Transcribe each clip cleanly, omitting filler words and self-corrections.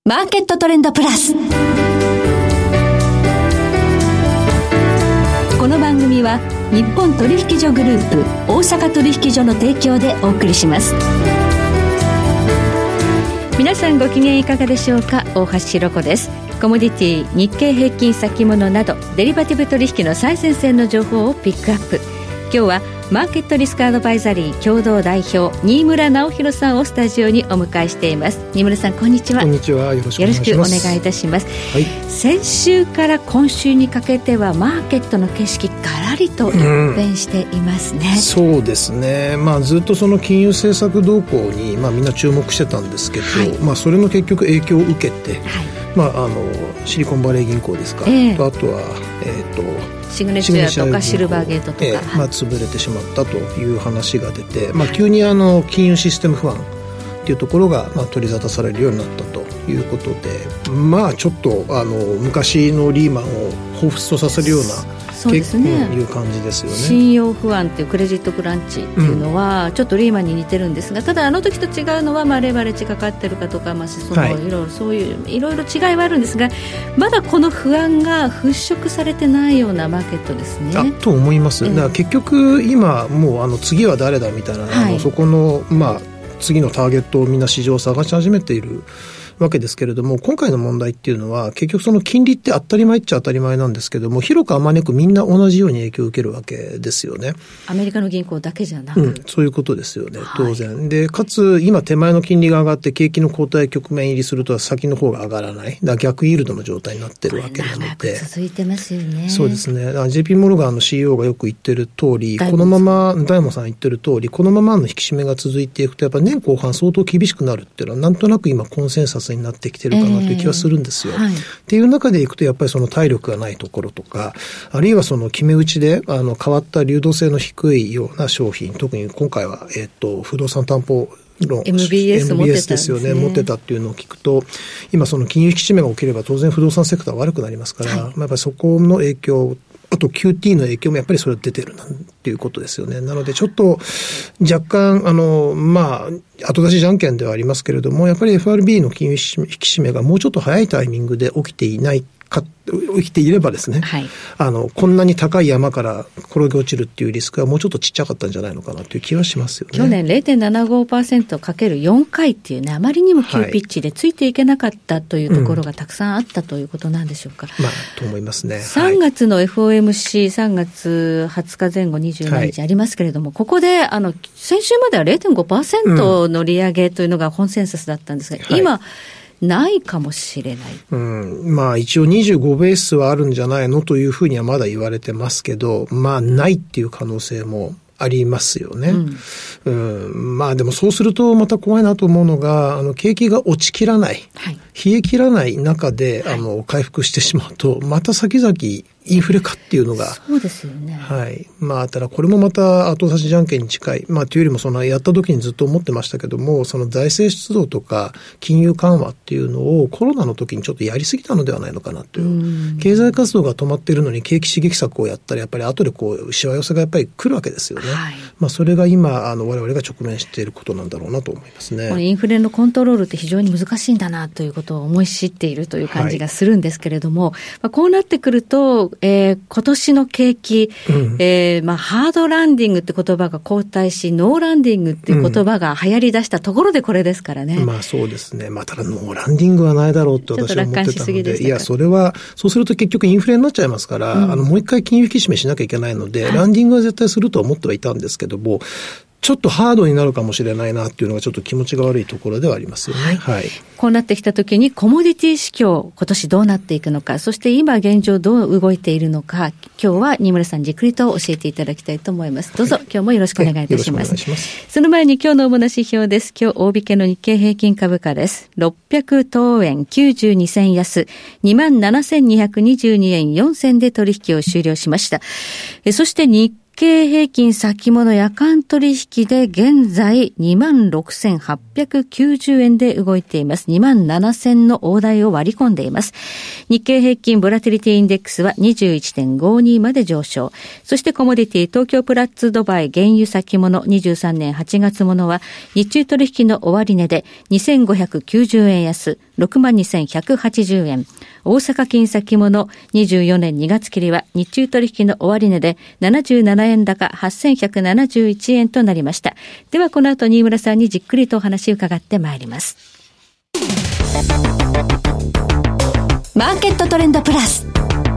マーケットトレンドプラス。この番組は日本取引所グループ大阪取引所の提供でお送りします。皆さんご機嫌いかがでしょうか。大橋ひろ子です。コモディティ、日経平均先物などデリバティブ取引の最前線の情報をピックアップ。今日はマーケットリスクアドバイザリー共同代表新村直弘さんをスタジオにお迎えしています。新村さん、こんにちは。 こんにちは。よろしくお願いします。 よろしくお願いいたします。はい、先週から今週にかけてはマーケットの景色ガラリと一変していますね。 そうですね、ずっとその金融政策動向に、みんな注目してたんですけど、はい、それの結局影響を受けて、はい、シリコンバレー銀行ですか、あとは、 シグネチュアとかシルバーゲートとか、 潰れてしまったという話が出て、急に金融システム不安というところが、取り沙汰されるようになったということで、ちょっと昔のリーマンを彷彿とさせるような、 そうですね、 いう感じですよね。 信用不安というクレジットクランチっていうのは、ちょっとリーマンに似てるんですが、ただあの時と違うのは、レバレッジかかってるかとか、そういういろいろ違いはあるんですが、まだこの不安が払拭されてないようなマーケットですね。 と思います。だから結局今もう次は誰だみたいな、そこの次のターゲットをみんな市場を探し始めているわけですけれども、今回の問題っていうのは結局その金利って当たり前っちゃ当たり前なんですけども、広くあまねくみんな同じように影響を受けるわけですよね。 アメリカの銀行だけじゃなく、 そういうことですよね、当然。でかつ今手前の金利が上がって景気の後退局面入りすると先の方が上がらない、だから逆イールドの状態になってるわけなので、 続いてますよね。 そうですね。JP モルガンの CEO がよく言ってる通り、このまま大門さん言ってる通り、このままの引き締めが続いていくとやっぱ年後半相当厳しくなるっていうのはなんとなく今コンセンサスになってきてるかなという気はするんですよ。っていう中でいくとやっぱりその体力がないところとか、あるいはその決め打ちで変わった流動性の低いような商品、特に今回は不動産担保ローン MBS 持ってたんですよね。持ってたっていうのを聞くと、今その金融引き締めが起きれば当然不動産セクターは悪くなりますから、やっぱりそこの影響、あと QT の影響もやっぱりそれ出てるなっていうことですよね。なのでちょっと若干後出しじゃんけんではありますけれども、やっぱり FRB の金融引き締めがもうちょっと早いタイミングで起きていればですね、こんなに高い山から転げ落ちるっていうリスクはもうちょっとちっちゃかったんじゃないのかなという気はしますよね。 去年 0.75% かける4回っていうね、あまりにも急ピッチでついていけなかったというところがたくさんあったということなんでしょうか。 と思いますね。 3月の FOMC3 月20日前後27日ありますけれども、ここで先週までは 0.5% の利上げというのがコンセンサスだったんですが、今ないかもしれない。 一応25ベースはあるんじゃないのというふうにはまだ言われてますけど、ないっていう可能性もありますよね。でもそうするとまた怖いなと思うのが、景気が落ちきらない、冷えきらない中で、回復してしまうと、また先々インフレかっていうのが。 そうですよね。 ただこれもまた後差しじゃんけんに近い。というよりもそのやった時にずっと思ってましたけども、その財政出動とか金融緩和っていうのをコロナの時にちょっとやりすぎたのではないのかなという。経済活動が止まっているのに景気刺激策をやったらやっぱり後でしわ寄せがやっぱり来るわけですよね。それが今我々が直面していることなんだろうなと思いますね。 このインフレのコントロールって非常に難しいんだなということを思い知っているという感じがするんですけれども、こうなってくると今年の景気、ハードランディングって言葉が後退し、ノーランディングっていう言葉が流行り出したところでこれですからね。 そうですね。ただノーランディングはないだろうって私は思ってたので、いや、それはそうすると結局インフレになっちゃいますから、もう一回金融引き締めしなきゃいけないので、ランディングは絶対するとは思ってはいたんですけども、ちょっとハードになるかもしれないなっていうのがちょっと気持ちが悪いところではありますよね。 こうなってきたときにコモディティ市況今年どうなっていくのか、そして今現状どう動いているのか、今日は新村さんじっくりと教えていただきたいと思います。どうぞ、今日もよろしくお願いいたします。その前に今日の主な指標です。今日大引けの日経平均株価です。600等円92銭安 27,222 円4銭で取引を終了しました。そして日経平均先物夜間取引で現在 26,890 円で動いています。27,000の大台を割り込んでいます。日経平均ボラティリティインデックスは 21.52 まで上昇。そしてコモディティ東京プラッツドバイ原油先物23年8月ものは日中取引の終値で 2,590 円安 62,180 円。大阪金先物24年2月切りは日中取引の終値で77円高 8,171 円となりました。ではこの後新村さんにじっくりとお話を伺ってまいります。 マーケットトレンドプラス。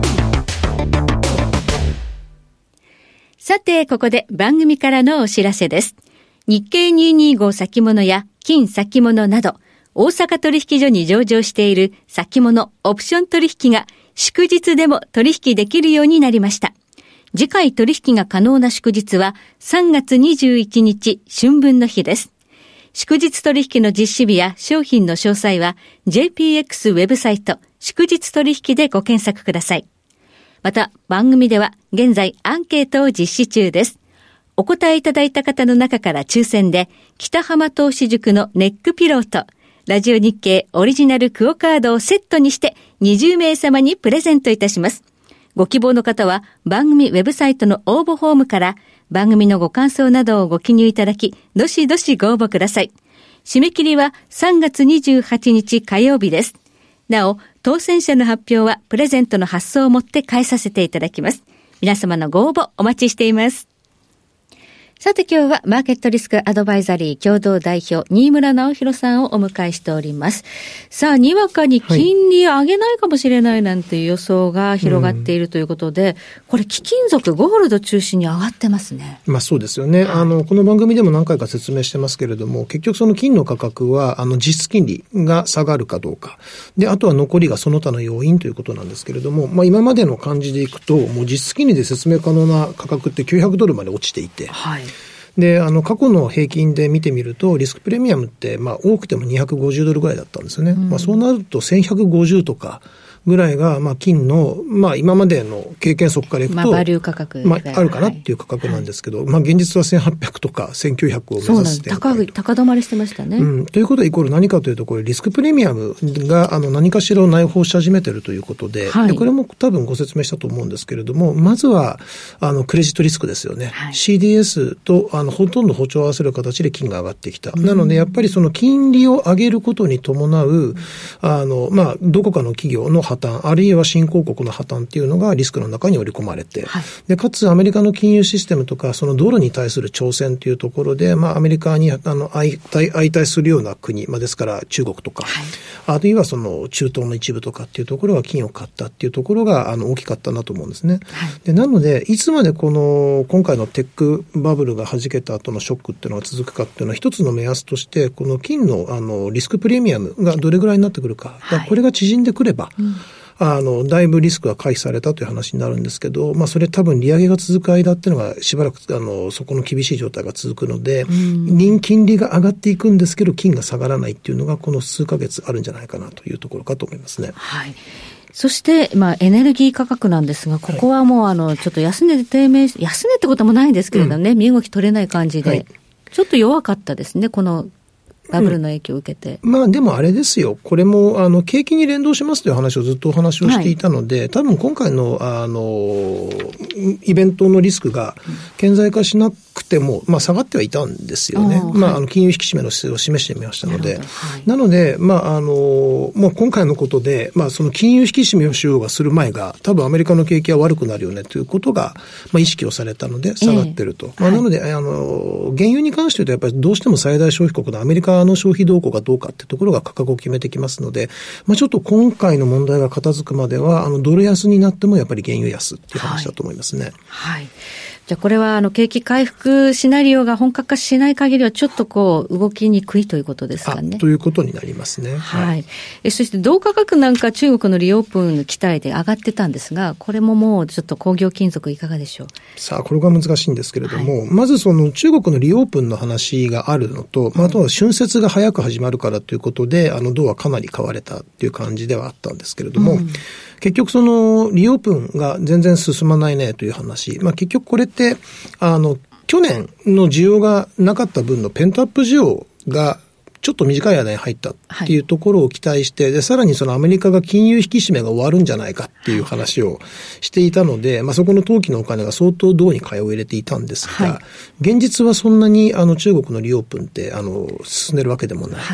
さて、ここで番組からのお知らせです。日経225先物や金先物など、大阪取引所に上場している先物オプション取引が祝日でも取引できるようになりました。次回取引が可能な祝日は3月21日春分の日です。祝日取引の実施日や商品の詳細は JPX ウェブサイト祝日取引でご検索ください。また番組では現在アンケートを実施中です。お答えいただいた方の中から抽選で北浜投資塾のネックピローとラジオ日経オリジナルクオカードをセットにして20名様にプレゼントいたします。ご希望の方は番組ウェブサイトの応募フォームから番組のご感想などをご記入いただき、どしどしご応募ください。締め切りは3月28日火曜日です。なお、当選者の発表はプレゼントの発送をもって返させていただきます。皆様のご応募お待ちしています。さて今日はマーケットリスクアドバイザリー共同代表新村直弘さんをお迎えしております。さあ、にわかに金利上げないかもしれないなんていう予想が広がっているということで、これ貴金属ゴールド中心に上がってますね。 まあそうですよね。この番組でも何回か説明してますけれども、結局その金の価格は実質金利が下がるかどうかで、あとは残りがその他の要因ということなんですけれども、まあ今までの感じでいくともう実質金利で説明可能な価格って900ドルまで落ちていて、はい。で、過去の平均で見てみると、リスクプレミアムって、まあ、多くても250ドルぐらいだったんですよね。まあ、そうなると1150とかぐらいが、まあ、金の、まあ、今までの経験則からいくと、 まあ、バリュー価格。 まあ、あるかなっていう価格なんですけど、はい、まあ、現実は1800とか1900を目指して。 高止まりしてましたね。 ということはイコール何かというと、これリスクプレミアムが、何かしらを内包し始めているということで、はい、で、これも多分ご説明したと思うんですけれども、まずは、クレジットリスクですよね。はい、CDS と、ほとんど歩調を合わせる形で金が上がってきた。なので、やっぱりその金利を上げることに伴う、まあ、どこかの企業の破綻、あるいは新興国の破綻っていうのがリスクの中に織り込まれて、はい、で、かつアメリカの金融システムとか、そのドルに対する挑戦というところで、まあ、アメリカに相対するような国、まあ、ですから中国とか、はい、あるいはその中東の一部とかっていうところが金を買ったっていうところが、大きかったなと思うんですね。はい、で、なので、いつまで今回のテックバブルが弾けた後のショックっていうのが続くかっていうのは一つの目安として、この金のリスクプレミアムがどれぐらいになってくるか、はい、これが縮んでくれば、だいぶリスクが回避されたという話になるんですけど、まあそれ多分利上げが続く間っていうのがしばらくそこの厳しい状態が続くので、金利が上がっていくんですけど金が下がらないっていうのがこの数ヶ月あるんじゃないかなというところかと思いますね。 はい。そして、まあ、エネルギー価格なんですが、ここはもう、ちょっと安値で低迷、安値ってこともないんですけれどね、身動き取れない感じで、はい、ちょっと弱かったですね、このバブルの影響を受けて。 まあでもあれですよ。これも、景気に連動しますという話をずっとお話をしていたので、はい、多分今回の、イベントのリスクが顕在化しなくても、まあ下がってはいたんですよね。まあ、金融引き締めの姿勢を示してみましたので。なので、まあまあ今回のことで、まあその金融引き締めをしようがする前が、多分アメリカの景気は悪くなるよねということが、まあ意識をされたので下がってると。まあなので、原油に関して言うとやっぱりどうしても最大消費国のアメリカの消費動向がどうかってところが価格を決めてきますので、まあちょっと今回の問題が片付くまでは、ドル安になってもやっぱり原油安っていう話だと思いますね。 はい。じゃあこれは景気回復シナリオが本格化しない限りはちょっと動きにくいということですかね。 ということになりますね。 はい。そして銅価格なんか中国のリオープン期待で上がってたんですが、これももうちょっと工業金属いかがでしょう。 さあこれが難しいんですけれども、はい、まずその中国のリオープンの話があるのと、まあ、あとは春節が早く始まるからということで銅はかなり買われたっていう感じではあったんですけれども、結局そのリオープンが全然進まないねという話。まあ結局これって去年の需要がなかった分のペントアップ需要がちょっと短い間に入ったっていうところを期待して、で、さらにそのアメリカが金融引き締めが終わるんじゃないかっていう話をしていたので、まあそこの投機のお金が相当銅に買いを入れていたんですが、現実はそんなに中国のリオープンって進んでるわけでもない。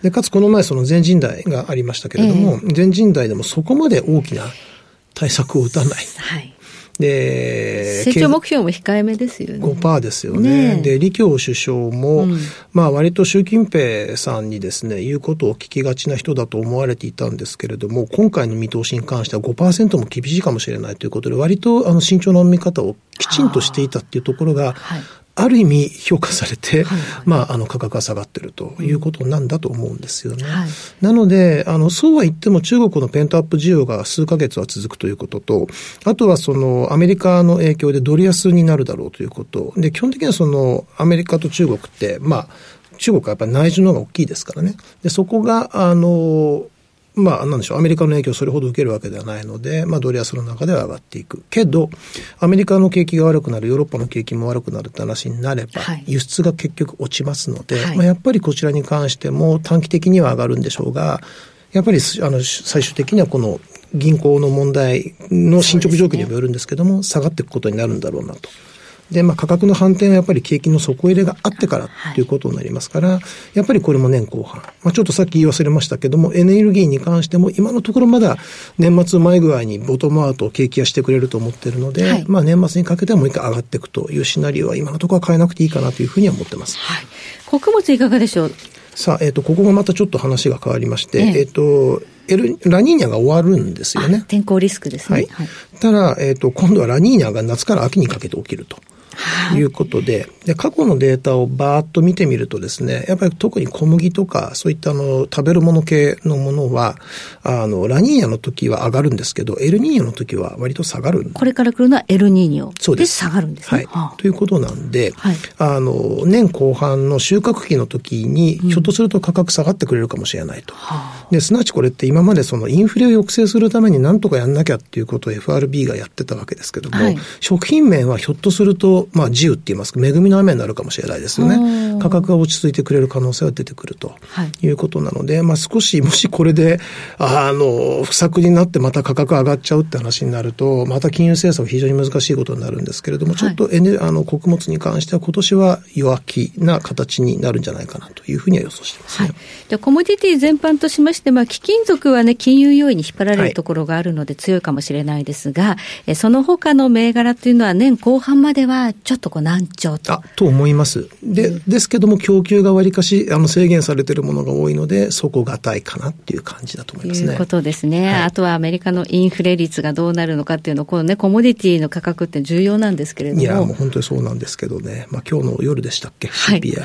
で、かつこの前その全人代がありましたけれども、全人代でもそこまで大きな対策を打たない。 はい。 で、 成長目標も控えめですよね。 5% ですよね。で、李強首相も、割と習近平さんにですね、言うことを聞きがちな人だと思われていたんですけれども、今回の見通しに関しては 5% も厳しいかもしれないということで、割と慎重な見方をきちんとしていたっていうところが、ある意味評価されて、価格が下がっているということなんだと思うんですよね。なので、そうは言っても中国のペントアップ需要が数ヶ月は続くということと、あとはアメリカの影響でドル安になるだろうということ。で、基本的にはアメリカと中国って、中国はやっぱり内需の方が大きいですからね。で、そこが、なんでしょう、アメリカの影響をそれほど受けるわけではないので、ドル安の中では上がっていく。けど、アメリカの景気が悪くなる、ヨーロッパの景気も悪くなるって話になれば、輸出が結局落ちますので、やっぱりこちらに関しても短期的には上がるんでしょうが、やっぱり最終的にはこの銀行の問題の進捗状況にもよるんですけども、下がっていくことになるんだろうなと。で、価格の反転はやっぱり景気の底入れがあってからということになりますから、やっぱりこれも年後半。ちょっとさっき言い忘れましたけども、エネルギーに関しても今のところまだ年末前具合にボトムアウトを景気がしてくれると思っているので、年末にかけてはもう一回上がっていくというシナリオは今のところは変えなくていいかなというふうには思ってます。 穀物いかがでしょう。 さあ、ここがまたちょっと話が変わりまして、ラニーニャが終わるんですよね。 天候リスクですね。 ただ、今度はラニーニャが夏から秋にかけて起きると。いうことで、過去のデータをバーッと見てみるとですね、やっぱり特に小麦とかそういった食べるもの系のものはラニーニャの時は上がるんですけど、エルニーニョの時は割と下がる。 これから来るのはエルニーニョで下がるんですね。 ということなんで、年後半の収穫期の時にひょっとすると価格下がってくれるかもしれないと。ですなわちこれって今までインフレを抑制するために何とかやんなきゃっていうことを FRB がやってたわけですけども、食品面はひょっとすると自由って言いますか、恵みの雨になるかもしれないですよね。価格が落ち着いてくれる可能性は出てくるということなので、少しもしこれで不作になってまた価格上がっちゃうって話になると、また金融政策非常に難しいことになるんですけれども、ちょっと穀物に関しては今年は弱気な形になるんじゃないかなというふうには予想していますね。 でコモディティ全般としまして、貴金属はね、金融要因に引っ張られるところがあるので強いかもしれないですが、その他の銘柄というのは年後半まではちょっと難聴と思います。ですけども供給がわりかし制限されているものが多いので、底堅いかなっていう感じだと思いますね。 ということですね。あとはアメリカのインフレ率がどうなるのかっていうのを、このね、コモディティの価格って重要なんですけれども。 いや、もう本当にそうなんですけどね。今日の夜でしたっけ、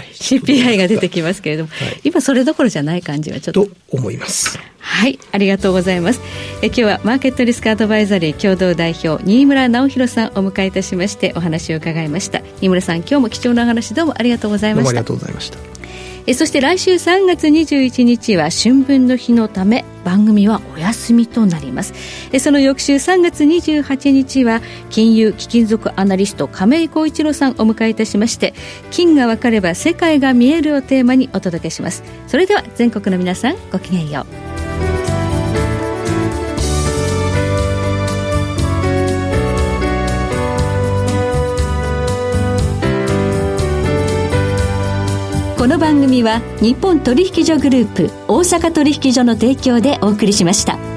CPI が出てきますけれども、今それどころじゃない感じはちょっと思います。 ありがとうございます。今日はマーケットリスクアドバイザリー共同代表新村直弘さんをお迎えいたしましてお話を伺いました。新村さん、今日も貴重な話どうもありがとうございました。 どうもありがとうございました。 そして来週3月21日は春分の日のため番組はお休みとなります。その翌週3月28日は金融貴金属アナリスト亀井浩一郎さんをお迎えいたしまして、金が分かれば世界が見えるをテーマにお届けします。それでは全国の皆さん、ごきげんよう。この番組は日本取引所グループ大阪取引所の提供でお送りしました。